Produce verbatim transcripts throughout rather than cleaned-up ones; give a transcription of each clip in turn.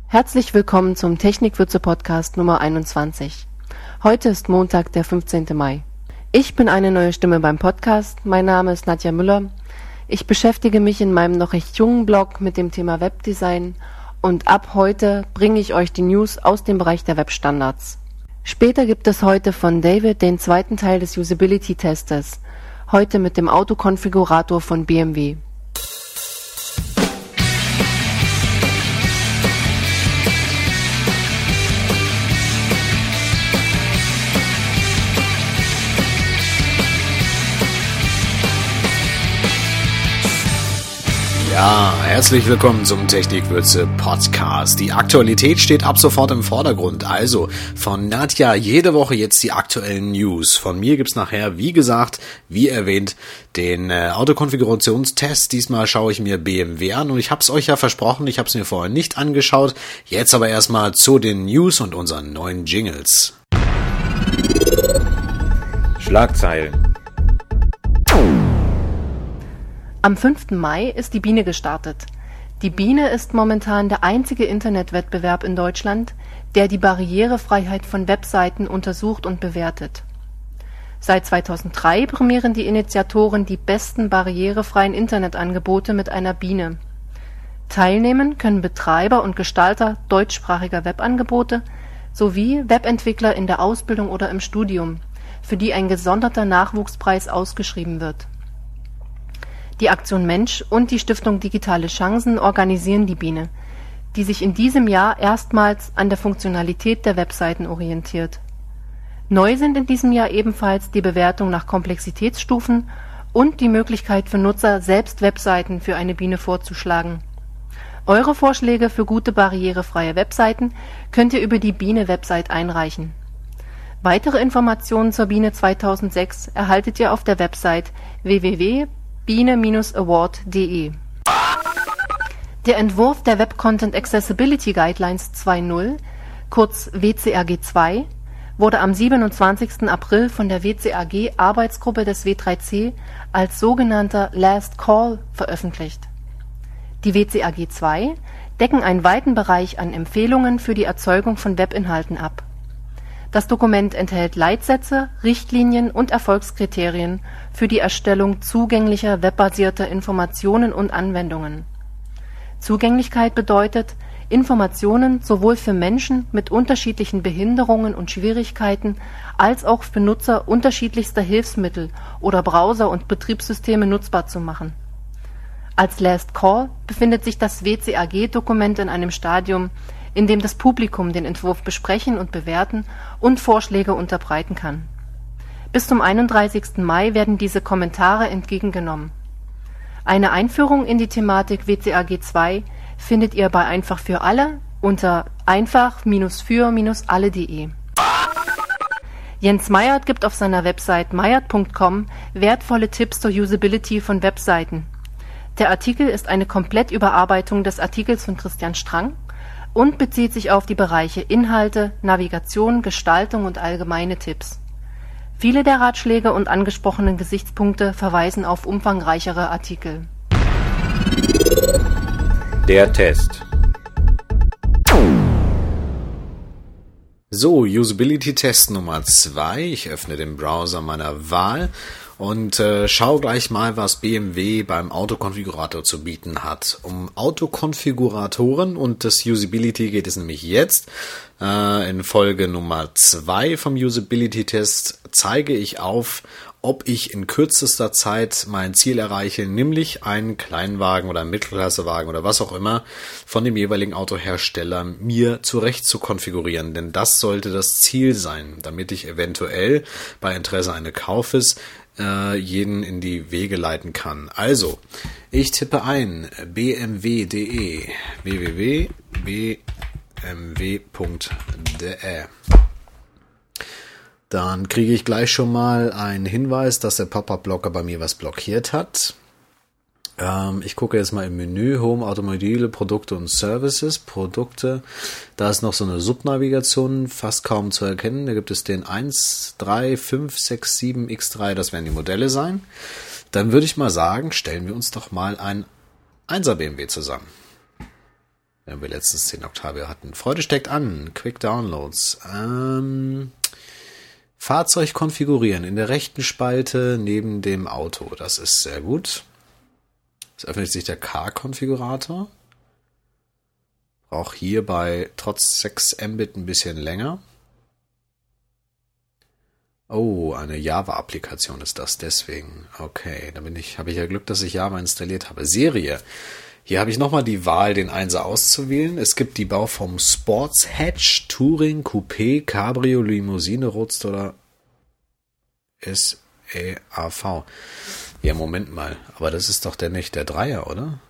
Herzlich willkommen zum Technikwürze-Podcast Nummer einundzwanzig. Heute ist Montag, der fünfzehnten Mai. Ich bin eine neue Stimme beim Podcast. Mein Name ist Nadja Müller. Ich beschäftige mich in meinem noch recht jungen Blog mit dem Thema Webdesign und ab heute bringe ich euch die News aus dem Bereich der Webstandards. Später gibt es heute von David den zweiten Teil des Usability-Testes, heute mit dem Autokonfigurator von B M W. Ja, herzlich willkommen zum Technikwürze Podcast. Die Aktualität steht ab sofort im Vordergrund. Also von Nadja jede Woche jetzt die aktuellen News. Von mir gibt's nachher, wie gesagt, wie erwähnt, den äh, Autokonfigurationstest. Diesmal schaue ich mir B M W an und ich hab's euch ja versprochen, ich hab's mir vorher nicht angeschaut. Jetzt aber erstmal zu den News und unseren neuen Jingles. Schlagzeilen. Am fünften Mai ist die Biene gestartet. Die Biene ist momentan der einzige Internetwettbewerb in Deutschland, der die Barrierefreiheit von Webseiten untersucht und bewertet. Seit zweitausenddrei prämieren die Initiatoren die besten barrierefreien Internetangebote mit einer Biene. Teilnehmen können Betreiber und Gestalter deutschsprachiger Webangebote sowie Webentwickler in der Ausbildung oder im Studium, für die ein gesonderter Nachwuchspreis ausgeschrieben wird. Die Aktion Mensch und die Stiftung Digitale Chancen organisieren die Biene, die sich in diesem Jahr erstmals an der Funktionalität der Webseiten orientiert. Neu sind in diesem Jahr ebenfalls die Bewertung nach Komplexitätsstufen und die Möglichkeit für Nutzer, selbst Webseiten für eine Biene vorzuschlagen. Eure Vorschläge für gute barrierefreie Webseiten könnt ihr über die Biene-Website einreichen. Weitere Informationen zur Biene zweitausendsechs erhaltet ihr auf der Website w w w punkt biene award punkt de. Der Entwurf der Web Content Accessibility Guidelines zwei Punkt null, kurz W C A G zwei, wurde am siebenundzwanzigsten April von der W C A G-Arbeitsgruppe des W drei C als sogenannter Last Call veröffentlicht. Die W C A G zwei decken einen weiten Bereich an Empfehlungen für die Erzeugung von Webinhalten ab. Das Dokument enthält Leitsätze, Richtlinien und Erfolgskriterien für die Erstellung zugänglicher webbasierter Informationen und Anwendungen. Zugänglichkeit bedeutet, Informationen sowohl für Menschen mit unterschiedlichen Behinderungen und Schwierigkeiten als auch für Nutzer unterschiedlichster Hilfsmittel oder Browser und Betriebssysteme nutzbar zu machen. Als Last Call befindet sich das W C A G-Dokument in einem Stadium, in dem das Publikum den Entwurf besprechen und bewerten und Vorschläge unterbreiten kann. Bis zum einunddreißigsten Mai werden diese Kommentare entgegengenommen. Eine Einführung in die Thematik W C A G zwei findet ihr bei Einfach für alle unter einfach für alle punkt de. Jens Meyert gibt auf seiner Website meyert punkt com wertvolle Tipps zur Usability von Webseiten. Der Artikel ist eine Komplettüberarbeitung des Artikels von Christian Strang und bezieht sich auf die Bereiche Inhalte, Navigation, Gestaltung und allgemeine Tipps. Viele der Ratschläge und angesprochenen Gesichtspunkte verweisen auf umfangreichere Artikel. Der Test. So, Usability-Test Nummer zwei. Ich öffne den Browser meiner Wahl und äh, schau gleich mal, was B M W beim Autokonfigurator zu bieten hat. Um Autokonfiguratoren und das Usability geht es nämlich jetzt. Äh, in Folge Nummer zwei vom Usability-Test zeige ich auf, ob ich in kürzester Zeit mein Ziel erreiche, nämlich einen Kleinwagen oder einen Mittelklassewagen oder was auch immer von dem jeweiligen Autohersteller mir zurecht zu konfigurieren. Denn das sollte das Ziel sein, damit ich eventuell bei Interesse eines Kaufes äh, jeden in die Wege leiten kann. Also, ich tippe ein b m w punkt de w w w punkt b m w punkt de. Dann kriege ich gleich schon mal einen Hinweis, dass der Pop-up-Blocker bei mir was blockiert hat. Ähm, ich gucke jetzt mal im Menü, Home, Automobile, Produkte und Services, Produkte. Da ist noch so eine Subnavigation, fast kaum zu erkennen. Da gibt es den eins, drei, fünf, sechs, sieben, X drei, das werden die Modelle sein. Dann würde ich mal sagen, stellen wir uns doch mal ein einser B M W zusammen. wenn wir letztens den Octavia hatten. Freude steckt an. Quick Downloads. Ähm, Fahrzeug konfigurieren in der rechten Spalte neben dem Auto. Das ist sehr gut. Es öffnet sich der Car-Konfigurator. Braucht hierbei trotz sechs Mbit ein bisschen länger. Oh, eine Java-Applikation ist das deswegen. Okay, da bin ich, habe ich ja Glück, dass ich Java installiert habe. Serie. Hier habe ich nochmal die Wahl, den Einser auszuwählen. Es gibt die Bauform Sports Hatch, Touring, Coupé, Cabrio, Limousine, Roadster oder S E A V. Ja, Moment mal. Aber das ist doch der nicht der Dreier, oder?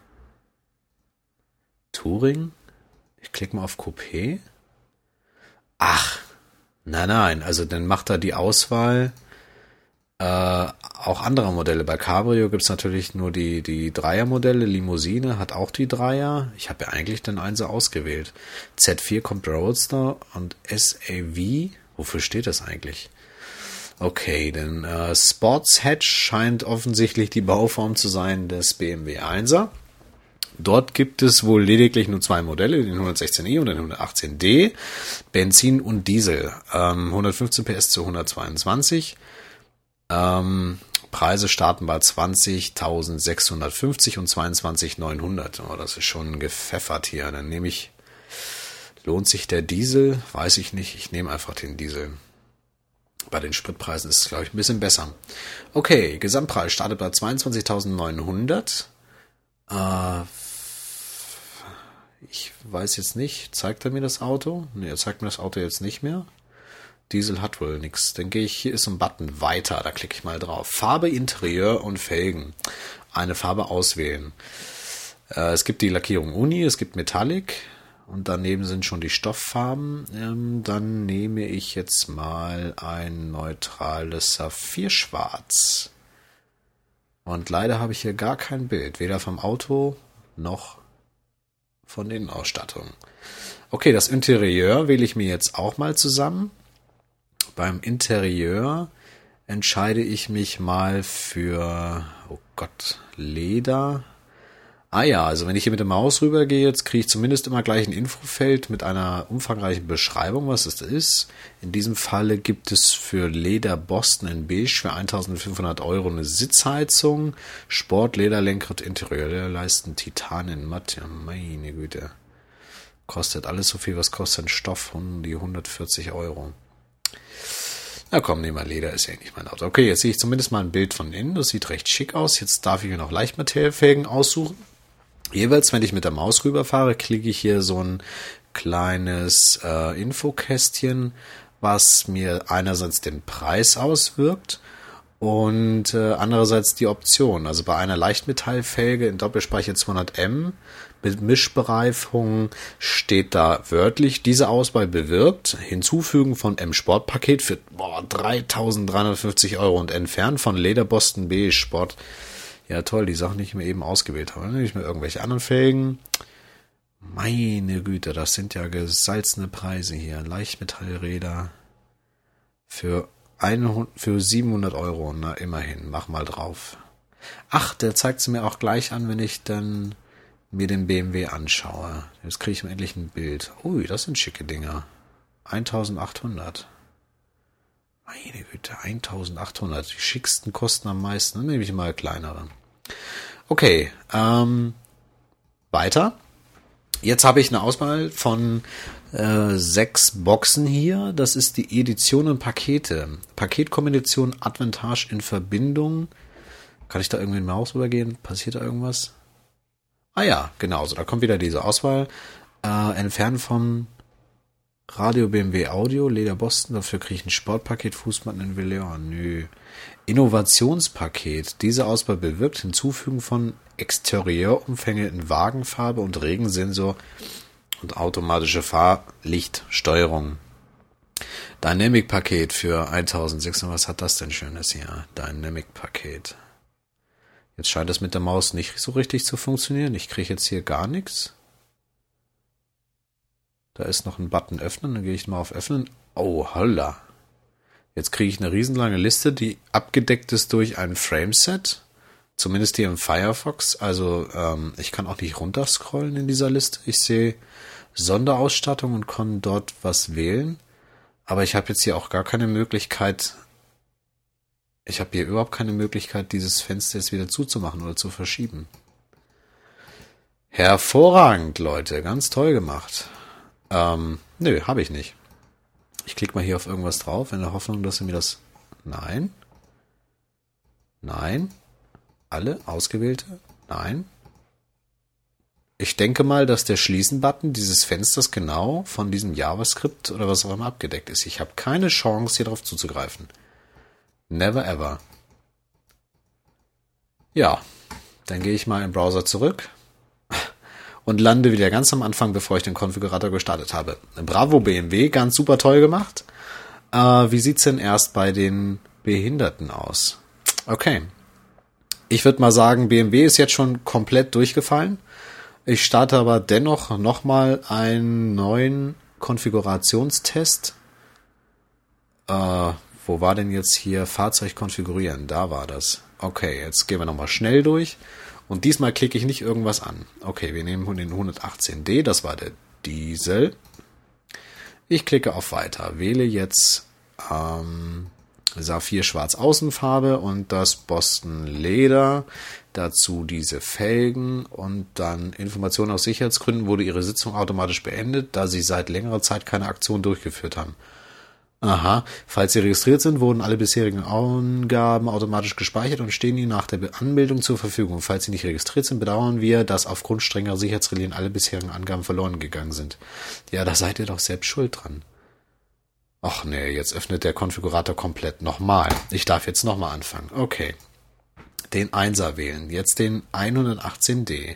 Touring? Ich klicke mal auf Coupé. Ach, nein, nein. Also dann macht er die Auswahl äh, auch anderer Modelle. Bei Cabrio gibt es natürlich nur die, die Dreier-Modelle. Limousine hat auch die Dreier. Ich habe ja eigentlich den Einser ausgewählt. Z vier kommt Roadster und S A V. Wofür steht das eigentlich? Okay, denn äh, Sports Hatch scheint offensichtlich die Bauform zu sein des B M W Einser. Dort gibt es wohl lediglich nur zwei Modelle, den hundertsechzehn i und den hundertachtzehn D, Benzin und Diesel, ähm, hundertfünfzehn P S zu hundertzweiundzwanzig. Ähm, Preise starten bei zwanzigtausendsechshundertfünfzig und zweiundzwanzigtausendneunhundert. Oh, das ist schon gepfeffert hier. Dann nehme ich, lohnt sich der Diesel? Weiß ich nicht. Ich nehme einfach den Diesel. Bei den Spritpreisen ist es, glaube ich, ein bisschen besser. Okay, Gesamtpreis startet bei zweiundzwanzigtausendneunhundert. Äh, ich weiß jetzt nicht, zeigt er mir das Auto? Ne, er zeigt mir das Auto jetzt nicht mehr. Diesel hat wohl nichts. Dann gehe ich, hier ist ein Button, weiter, da klicke ich mal drauf. Farbe, Interieur und Felgen. Eine Farbe auswählen. Äh, es gibt die Lackierung Uni, es gibt Metallic und daneben sind schon die Stofffarben. Ähm, dann nehme ich jetzt mal ein neutrales Saphirschwarz. Und leider habe ich hier gar kein Bild, weder vom Auto noch von den Ausstattungen. Okay, das Interieur wähle ich mir jetzt auch mal zusammen. Beim Interieur entscheide ich mich mal für, oh Gott, Leder. Ah ja, also wenn ich hier mit der Maus rübergehe, jetzt kriege ich zumindest immer gleich ein Infofeld mit einer umfangreichen Beschreibung, was es ist. In diesem Falle gibt es für Leder Boston in Beige für eintausendfünfhundert Euro eine Sitzheizung, Sport, Lederlenkrad, Interieurleisten, Titan in Matt. Ja, meine Güte. Kostet alles so viel, was kostet ein Stoff? Um die hundertvierzig Euro. Na komm, nehmen wir Leder, ist ja nicht mein Auto. Okay, jetzt sehe ich zumindest mal ein Bild von innen. Das sieht recht schick aus. Jetzt darf ich mir noch Leichtmetallfelgen aussuchen. Jeweils, wenn ich mit der Maus rüberfahre, klicke ich hier so ein kleines äh, Infokästchen, was mir einerseits den Preis auswirkt und äh, andererseits die Option. Also bei einer Leichtmetallfelge in Doppelspeicher zweihundert Millimeter mit Mischbereifung steht da wörtlich, diese Auswahl bewirkt, hinzufügen von M-Sport-Paket für boah, dreitausenddreihundertfünfzig Euro und entfernen von Leder Boston Beige Sport. Ja toll, die Sachen, die ich mir eben ausgewählt habe. Nicht mehr irgendwelche anderen Felgen. Meine Güte, das sind ja gesalzene Preise hier. Leichtmetallräder für, für siebenhundert Euro. Na immerhin, mach mal drauf. Ach, der zeigt es mir auch gleich an, wenn ich dann mir den B M W anschaue. Jetzt kriege ich mir endlich ein Bild. Ui, das sind schicke Dinger. eintausendachthundert. Meine Güte, eintausendachthundert. Die schicksten kosten am meisten. Dann nehme ich mal kleinere. Okay, ähm, weiter. Jetzt habe ich eine Auswahl von äh, sechs Boxen hier. Das ist die Edition und Pakete. Paketkombination Advantage in Verbindung. Kann ich da irgendwie in Maus rübergehen? Passiert da irgendwas? Ah ja, genau. So, da kommt wieder diese Auswahl. Äh, entfernen von Radio B M W Audio, Leder Boston, dafür kriege ich ein Sportpaket, Fußmatten in Velour. Nö. Innovationspaket. Diese Auswahl bewirkt Hinzufügen von Exterieurumfänge in Wagenfarbe und Regensensor und automatische Fahrlichtsteuerung. Dynamic-Paket für eintausendsechshundert. Was hat das denn Schönes hier? Dynamic-Paket. Jetzt scheint es mit der Maus nicht so richtig zu funktionieren. Ich kriege jetzt hier gar nichts. Da ist noch ein Button öffnen, dann gehe ich mal auf öffnen. Oh, holla. Jetzt kriege ich eine riesenlange Liste, die abgedeckt ist durch ein Frameset. Zumindest hier im Firefox. Also ähm, ich kann auch nicht runterscrollen in dieser Liste. Ich sehe Sonderausstattung und kann dort was wählen. Aber ich habe jetzt hier auch gar keine Möglichkeit, ich habe hier überhaupt keine Möglichkeit, dieses Fenster jetzt wieder zuzumachen oder zu verschieben. Hervorragend, Leute. Ganz toll gemacht. Ähm, nö, habe ich nicht. Ich klicke mal hier auf irgendwas drauf, in der Hoffnung, dass er mir das... Nein. Nein. Alle ausgewählte? Nein. Ich denke mal, dass der Schließen-Button dieses Fensters genau von diesem JavaScript oder was auch immer abgedeckt ist. Ich habe keine Chance, hier drauf zuzugreifen. Never ever. Ja, dann gehe ich mal im Browser zurück und lande wieder ganz am Anfang, bevor ich den Konfigurator gestartet habe. Bravo B M W, ganz super toll gemacht. Äh, wie sieht's denn erst bei den Behinderten aus? Okay. Ich würde mal sagen, B M W ist jetzt schon komplett durchgefallen. Ich starte aber dennoch nochmal einen neuen Konfigurationstest. Äh, wo war denn jetzt hier Fahrzeug konfigurieren? Da war das. Okay, jetzt gehen wir nochmal schnell durch. Und diesmal klicke ich nicht irgendwas an. Okay, wir nehmen den hundertachtzehn D, das war der Diesel. Ich klicke auf Weiter, wähle jetzt ähm, Saphir Schwarz Außenfarbe und das Boston Leder. Dazu diese Felgen und dann Informationen aus Sicherheitsgründen wurde Ihre Sitzung automatisch beendet, da Sie seit längerer Zeit keine Aktion durchgeführt haben. Aha, falls Sie registriert sind, wurden alle bisherigen Angaben automatisch gespeichert und stehen Ihnen nach der Anmeldung zur Verfügung. Falls Sie nicht registriert sind, bedauern wir, dass aufgrund strengerer Sicherheitsregeln alle bisherigen Angaben verloren gegangen sind. Ja, da seid ihr doch selbst schuld dran. Ach nee, jetzt öffnet der Konfigurator komplett nochmal. Ich darf jetzt nochmal anfangen. Okay. Den Einser wählen. Jetzt den hundertachtzehn D.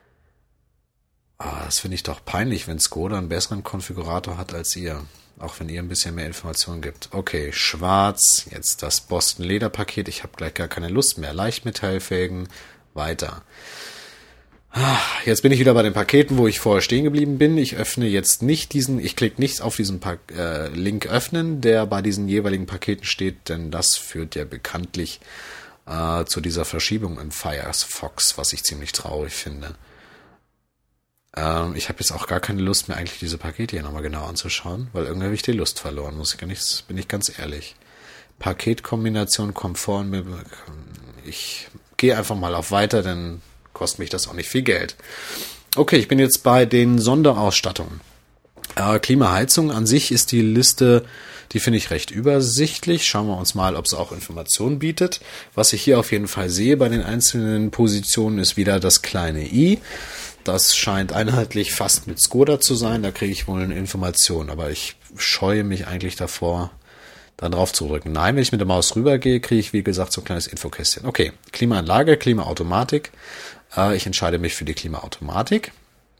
Ah, das finde ich doch peinlich, wenn Skoda einen besseren Konfigurator hat als ihr. Auch wenn ihr ein bisschen mehr Informationen gibt. Okay, schwarz. Jetzt das Boston Lederpaket. Ich habe gleich gar keine Lust mehr. Leichtmetallfelgen. Weiter. Ah, jetzt bin ich wieder bei den Paketen, wo ich vorher stehen geblieben bin. Ich öffne jetzt nicht diesen, ich klicke nicht auf diesen pa- äh, Link öffnen, der bei diesen jeweiligen Paketen steht, denn das führt ja bekanntlich äh, zu dieser Verschiebung im Firefox, was ich ziemlich traurig finde. Ähm, ich habe jetzt auch gar keine Lust mehr, eigentlich diese Pakete hier nochmal genau anzuschauen, weil irgendwie habe ich die Lust verloren, muss ich gar nicht, bin ich ganz ehrlich. Paketkombination, Komfort, ich gehe einfach mal auf Weiter, denn kostet mich das auch nicht viel Geld. Okay, ich bin jetzt bei den Sonderausstattungen. Äh, Klimaheizung an sich ist die Liste, die finde ich recht übersichtlich. Schauen wir uns mal, ob es auch Informationen bietet. Was ich hier auf jeden Fall sehe bei den einzelnen Positionen ist wieder das kleine i. Das scheint einheitlich fast mit Skoda zu sein. Da kriege ich wohl eine Information, aber ich scheue mich eigentlich davor, dann drauf zu drücken. Nein, wenn ich mit der Maus rübergehe, kriege ich, wie gesagt, so ein kleines Infokästchen. Okay, Klimaanlage, Klimaautomatik. Äh, ich entscheide mich für die Klimaautomatik.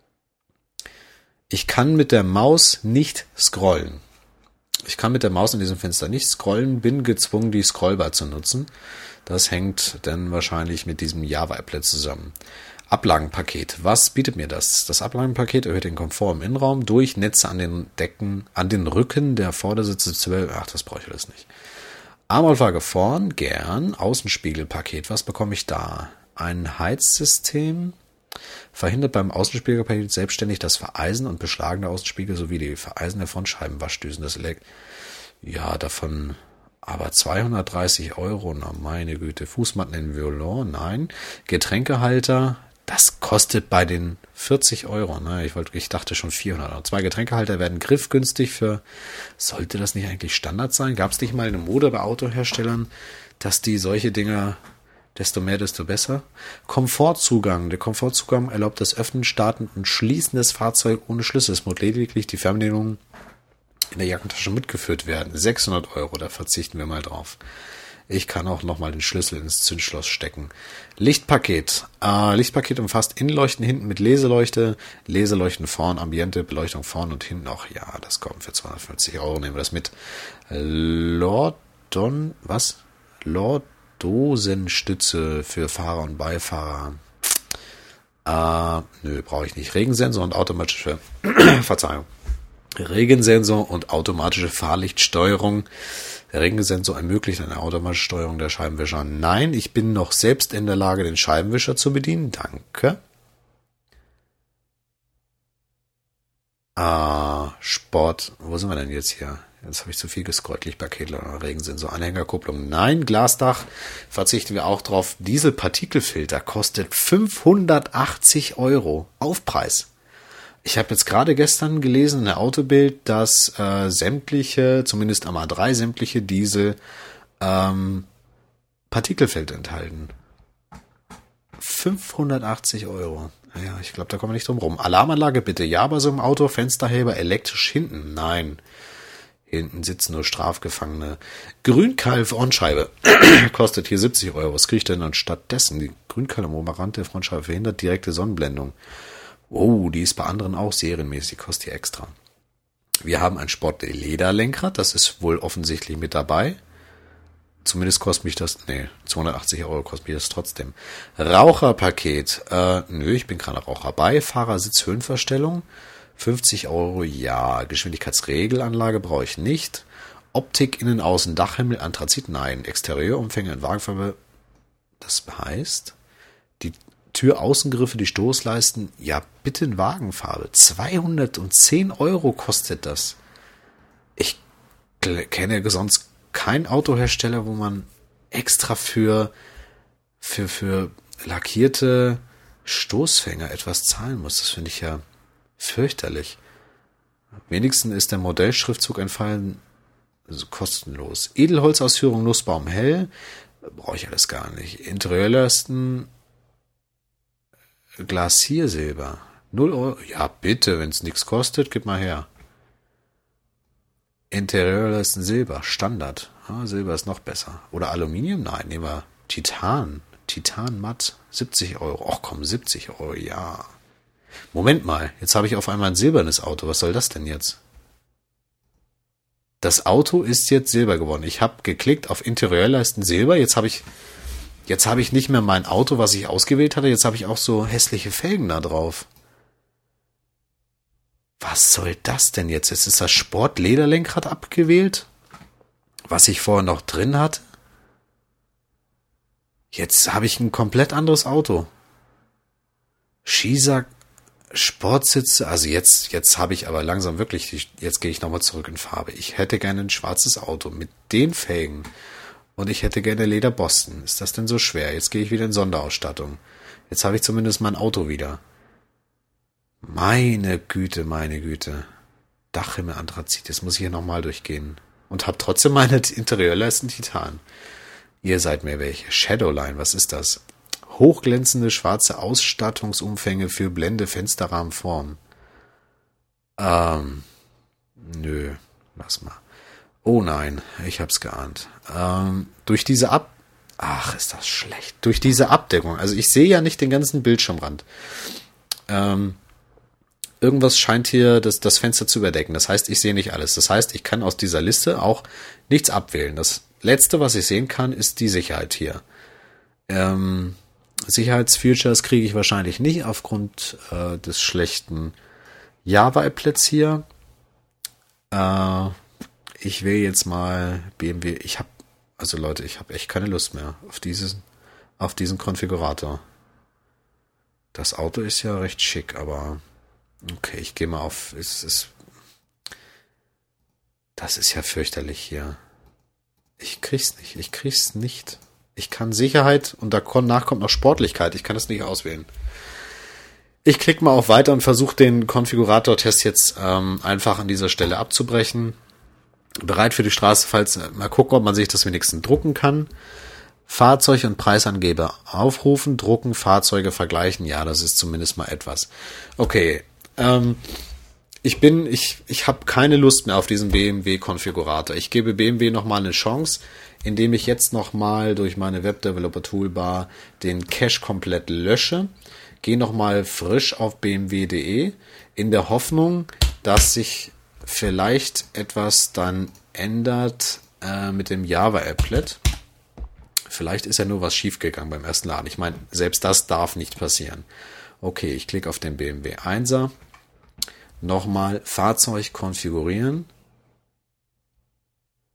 Ich kann mit der Maus nicht scrollen. Ich kann mit der Maus in diesem Fenster nicht scrollen, bin gezwungen, die Scrollbar zu nutzen. Das hängt dann wahrscheinlich mit diesem Java-Applet zusammen. Ablagenpaket. Was bietet mir das? Das Ablagenpaket erhöht den Komfort im Innenraum durch Netze an den Decken, an den Rücken der Vordersitze zwölf. Ach, das brauche ich alles nicht. Armauflage vorn, gern. Außenspiegelpaket. Was bekomme ich da? Ein Heizsystem. Verhindert beim Außenspiegelpaket selbstständig das Vereisen und Beschlagen der Außenspiegel sowie die Vereisen der Frontscheibenwaschdüsen. Das Elekt- ja, davon aber zweihundertdreißig Euro. Na, meine Güte. Fußmatten in Violon, nein. Getränkehalter. Das kostet bei den vierzig Euro. Ne? Ich, wollte, ich dachte schon vierhundert Euro. Zwei Getränkehalter werden griffgünstig für... Sollte das nicht eigentlich Standard sein? Gab es nicht mal eine Mode bei Autoherstellern, dass die solche Dinger... Desto mehr, desto besser. Komfortzugang. Der Komfortzugang erlaubt das Öffnen, Starten und Schließen des Fahrzeugs ohne Schlüssel. Es muss lediglich die Fernbedienung in der Jackentasche mitgeführt werden. sechshundert Euro, da verzichten wir mal drauf. Ich kann auch nochmal den Schlüssel ins Zündschloss stecken. Lichtpaket. Äh, Lichtpaket umfasst Innenleuchten hinten mit Leseleuchte, Leseleuchten vorn, Ambiente, Beleuchtung vorn und hinten auch. Ja, das kommt für zweihundertfünfzig Euro. Nehmen wir das mit. Lordon, was? Lord Dosenstütze für Fahrer und Beifahrer. Äh, nö, brauche ich nicht. Regensensor und automatische, Verzeihung. Regensensor und automatische Fahrlichtsteuerung. Der Regensensor ermöglicht eine automatische Steuerung der Scheibenwischer. Nein, ich bin noch selbst in der Lage, den Scheibenwischer zu bedienen. Danke. Ah, Sport. Wo sind wir denn jetzt hier? Jetzt habe ich zu viel gescrollt. Lichtpaketle, Regensensor, Anhängerkupplung. Nein, Glasdach verzichten wir auch drauf. Dieselpartikelfilter kostet fünfhundertachtzig Euro. Aufpreis. Ich habe jetzt gerade gestern gelesen in der Autobild, dass äh, sämtliche, zumindest am A drei, sämtliche Diesel ähm, Partikelfilter enthalten. fünfhundertachtzig Euro. Ja, ich glaube, da kommen wir nicht drum rum. Alarmanlage bitte. Ja, bei so einem Auto, Fensterheber elektrisch hinten. Nein. Hinten sitzen nur Strafgefangene. Grünkeil-Frontscheibe kostet hier siebzig Euro. Was kriege ich denn dann stattdessen? Die Grünkeil am Oberrand der Frontscheibe verhindert direkte Sonnenblendung. Oh, die ist bei anderen auch serienmäßig, kostet hier extra. Wir haben ein Sport-Lederlenkrad, das ist wohl offensichtlich mit dabei. Zumindest kostet mich das, nee, zweihundertachtzig Euro kostet mich das trotzdem. Raucherpaket, äh, nö, ich bin keine Raucher. Beifahrersitz Höhenverstellung, fünfzig Euro, ja. Geschwindigkeitsregelanlage brauche ich nicht. Optik, Innen, Außen, Dachhimmel, Anthrazit, nein. Exterieurumfänge in Wagenfarbe, das heißt, die Türaußengriffe, die Stoßleisten, ja bitte in Wagenfarbe. zweihundertzehn Euro kostet das. Ich kenne sonst keinen Autohersteller, wo man extra für, für, für lackierte Stoßfänger etwas zahlen muss. Das finde ich ja fürchterlich. Wenigstens ist der Modellschriftzug entfallen, also kostenlos. Edelholzausführung, Nussbaum hell, brauche ich alles gar nicht. Interieurleisten, Glasiersilber. null Euro. Ja, bitte, wenn es nichts kostet, gib mal her. Interieurleisten Silber. Standard. Ah, Silber ist noch besser. Oder Aluminium? Nein, nehmen wir Titan. Titan matt. siebzig Euro. Ach komm, siebzig Euro, ja. Moment mal, jetzt habe ich auf einmal ein silbernes Auto. Was soll das denn jetzt? Das Auto ist jetzt silber geworden. Ich habe geklickt auf Interieurleisten Silber. Jetzt habe ich Jetzt habe ich nicht mehr mein Auto, was ich ausgewählt hatte. Jetzt habe ich auch so hässliche Felgen da drauf. Was soll das denn jetzt? Jetzt ist das Sport-Lederlenkrad abgewählt, was ich vorher noch drin hatte. Jetzt habe ich ein komplett anderes Auto. Schießer, Sportsitze. Also jetzt, jetzt habe ich aber langsam wirklich, die, jetzt gehe ich nochmal zurück in Farbe. Ich hätte gerne ein schwarzes Auto mit den Felgen. Und ich hätte gerne Leder Boston. Ist das denn so schwer? Jetzt gehe ich wieder in Sonderausstattung. Jetzt habe ich zumindest mein Auto wieder. Meine Güte, meine Güte. Dachhimmel Anthrazit. Jetzt muss ich hier nochmal durchgehen. Und habe trotzdem meine Interieurleisten Titan. Ihr seid mir welche. Shadowline, was ist das? Hochglänzende schwarze Ausstattungsumfänge für Blende, Fensterrahmen, Form. Ähm, nö, lass mal. Oh nein, ich hab's geahnt. Ähm, durch diese Ab... Ach, ist das schlecht. Durch diese Abdeckung. Also ich sehe ja nicht den ganzen Bildschirmrand. Ähm, irgendwas scheint hier das, das Fenster zu überdecken. Das heißt, ich sehe nicht alles. Das heißt, ich kann aus dieser Liste auch nichts abwählen. Das Letzte, was ich sehen kann, ist die Sicherheit hier. Ähm, Sicherheitsfeatures kriege ich wahrscheinlich nicht aufgrund äh, des schlechten Java-Applets hier. Äh... Ich will jetzt mal B M W, ich habe, also Leute, ich habe echt keine Lust mehr auf diesen, auf diesen Konfigurator. Das Auto ist ja recht schick, aber okay, ich gehe mal auf, es ist, das ist ja fürchterlich hier. Ich krieg's nicht, ich krieg's nicht. Ich kann Sicherheit und danach kommt noch Sportlichkeit, ich kann das nicht auswählen. Ich klicke mal auf Weiter und versuche den Konfigurator-Test jetzt ähm, einfach an dieser Stelle abzubrechen. Bereit für die Straße, falls mal gucken, ob man sich das wenigstens drucken kann. Fahrzeug und Preisangeber aufrufen, drucken, Fahrzeuge vergleichen. Ja, das ist zumindest mal etwas. Okay, ähm, ich bin, ich, ich habe keine Lust mehr auf diesen B M W-Konfigurator. Ich gebe B M W nochmal eine Chance, indem ich jetzt nochmal durch meine Webdeveloper-Toolbar den Cache komplett lösche. Gehe nochmal frisch auf b m w punkt de in der Hoffnung, dass sich vielleicht etwas dann ändert äh, mit dem Java-Applet. Vielleicht ist ja nur was schiefgegangen beim ersten Laden. Ich meine, selbst das darf nicht passieren. Okay, ich klicke auf den B M W einser. Nochmal Fahrzeug konfigurieren.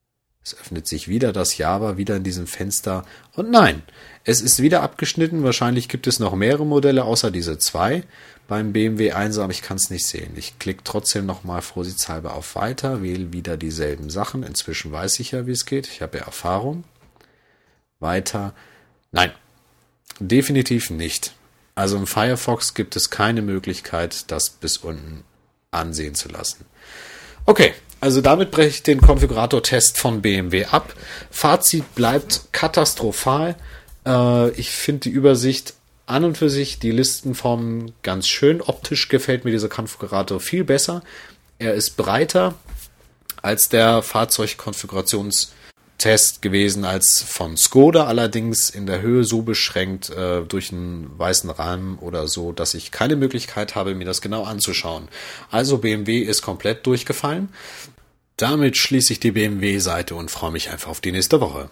Es öffnet sich wieder das Java, wieder in diesem Fenster. Und nein, es ist wieder abgeschnitten. Wahrscheinlich gibt es noch mehrere Modelle, außer diese zwei beim B M W eins, aber ich kann es nicht sehen. Ich klicke trotzdem nochmal vorsichtshalber auf Weiter, wähle wieder dieselben Sachen. Inzwischen weiß ich ja, wie es geht. Ich habe ja Erfahrung. Weiter. Nein, definitiv nicht. Also im Firefox gibt es keine Möglichkeit, das bis unten ansehen zu lassen. Okay, also damit breche ich den Konfigurator-Test von B M W ab. Fazit bleibt katastrophal. Äh, ich finde die Übersicht an und für sich, die Listenform ganz schön. Optisch gefällt mir dieser Konfigurator viel besser. Er ist breiter als der Fahrzeugkonfigurationstest gewesen als von Skoda, allerdings in der Höhe so beschränkt äh, durch einen weißen Rahmen oder so, dass ich keine Möglichkeit habe, mir das genau anzuschauen. Also B M W ist komplett durchgefallen. Damit schließe ich die B M W-Seite und freue mich einfach auf die nächste Woche.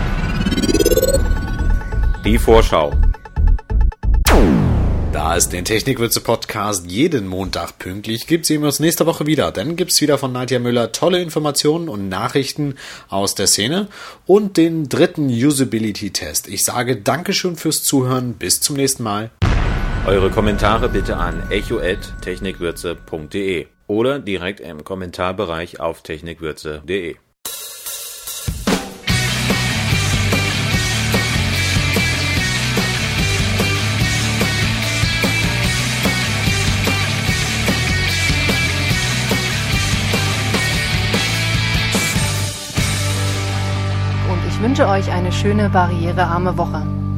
Die Vorschau. Da es den Technikwürze-Podcast jeden Montag pünktlich gibt, sehen wir uns nächste Woche wieder. Dann gibt's wieder von Nadja Müller tolle Informationen und Nachrichten aus der Szene und den dritten Usability-Test. Ich sage Dankeschön fürs Zuhören. Bis zum nächsten Mal. Eure Kommentare bitte an echo at technikwürze punkt de oder direkt im Kommentarbereich auf technikwürze punkt de. Ich wünsche euch eine schöne, barrierearme Woche.